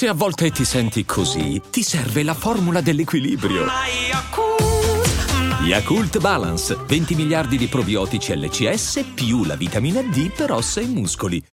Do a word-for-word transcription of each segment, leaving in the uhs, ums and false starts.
Se a volte ti senti così, ti serve la formula dell'equilibrio. Yakult Balance, venti miliardi di probiotici L C S più la vitamina D per ossa e muscoli.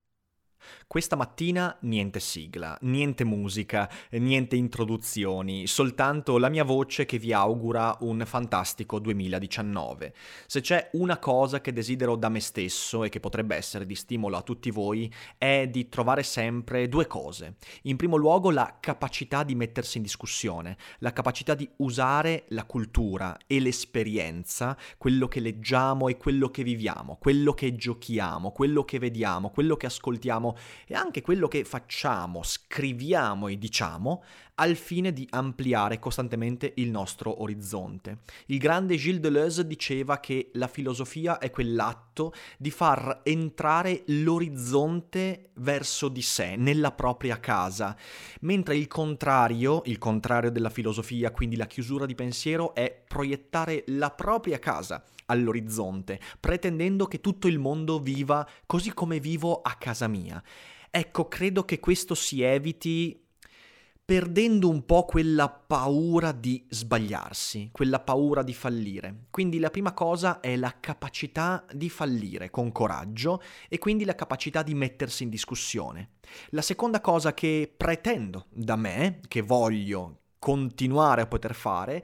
Questa mattina niente sigla, niente musica, niente introduzioni, soltanto la mia voce che vi augura un fantastico duemiladiciannove. Se c'è una cosa che desidero da me stesso e che potrebbe essere di stimolo a tutti voi è di trovare sempre due cose. In primo luogo la capacità di mettersi in discussione, la capacità di usare la cultura e l'esperienza, quello che leggiamo e quello che viviamo, quello che giochiamo, quello che vediamo, quello che ascoltiamo e anche quello che facciamo, scriviamo e diciamo, al fine di ampliare costantemente il nostro orizzonte. Il grande Gilles Deleuze diceva che la filosofia è quell'atto di far entrare l'orizzonte verso di sé, nella propria casa, mentre il contrario, il contrario della filosofia, quindi la chiusura di pensiero, è proiettare la propria casa all'orizzonte, pretendendo che tutto il mondo viva così come vivo a casa mia. Ecco, credo che questo si eviti perdendo un po' quella paura di sbagliarsi, quella paura di fallire. Quindi la prima cosa è la capacità di fallire con coraggio e quindi la capacità di mettersi in discussione. La seconda cosa che pretendo da me, che voglio continuare a poter fare,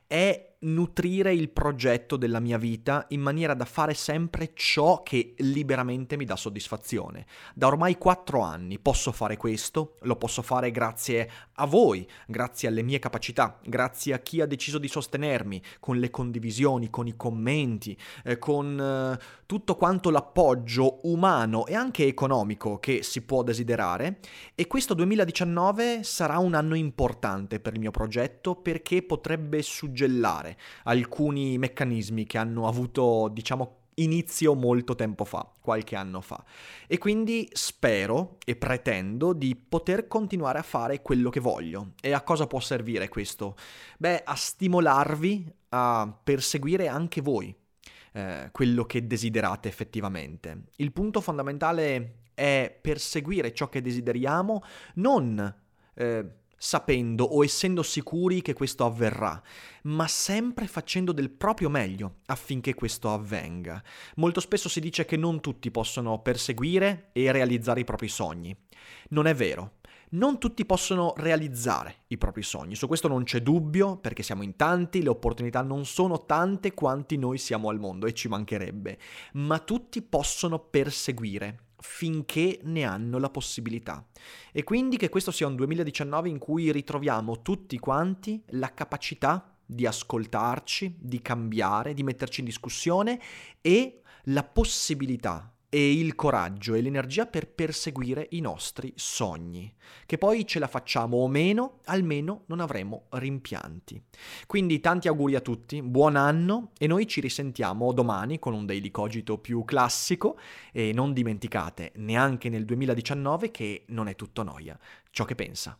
è nutrire il progetto della mia vita in maniera da fare sempre ciò che liberamente mi dà soddisfazione. Da ormai quattro anni posso fare questo, lo posso fare grazie a voi, grazie alle mie capacità, grazie a chi ha deciso di sostenermi, con le condivisioni, con i commenti, eh, con eh, tutto quanto l'appoggio umano e anche economico che si può desiderare. E questo duemiladiciannove sarà un anno importante per il mio progetto perché potrebbe suggellare alcuni meccanismi che hanno avuto, diciamo, inizio molto tempo fa, qualche anno fa. E quindi spero e pretendo di poter continuare a fare quello che voglio. E a cosa può servire questo? Beh, a stimolarvi a perseguire anche voi eh, quello che desiderate effettivamente. Il punto fondamentale è perseguire ciò che desideriamo, non eh, sapendo o essendo sicuri che questo avverrà, ma sempre facendo del proprio meglio affinché questo avvenga. Molto spesso si dice che non tutti possono perseguire e realizzare i propri sogni. Non è vero. Non tutti possono realizzare i propri sogni, su questo non c'è dubbio, perché siamo in tanti, le opportunità non sono tante quanti noi siamo al mondo e ci mancherebbe, ma tutti possono perseguire finché ne hanno la possibilità. E quindi che questo sia un duemiladiciannove in cui ritroviamo tutti quanti la capacità di ascoltarci, di cambiare, di metterci in discussione e la possibilità e il coraggio e l'energia per perseguire i nostri sogni. Che poi ce la facciamo o meno, almeno non avremo rimpianti. Quindi tanti auguri a tutti, buon anno e noi ci risentiamo domani con un Daily Cogito più classico e non dimenticate neanche nel duemiladiciannove che non è tutto noia ciò che pensa.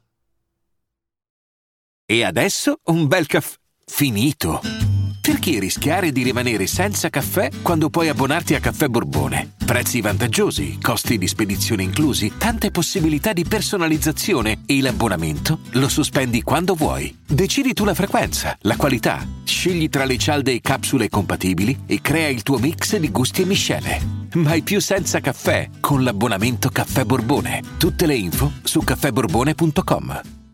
E adesso un bel caffè finito. Perché rischiare di rimanere senza caffè quando puoi abbonarti a Caffè Borbone? Prezzi vantaggiosi, costi di spedizione inclusi, tante possibilità di personalizzazione e l'abbonamento lo sospendi quando vuoi. Decidi tu la frequenza, la qualità, scegli tra le cialde e capsule compatibili e crea il tuo mix di gusti e miscele. Mai più senza caffè con l'abbonamento Caffè Borbone. Tutte le info su caffè borbone punto com.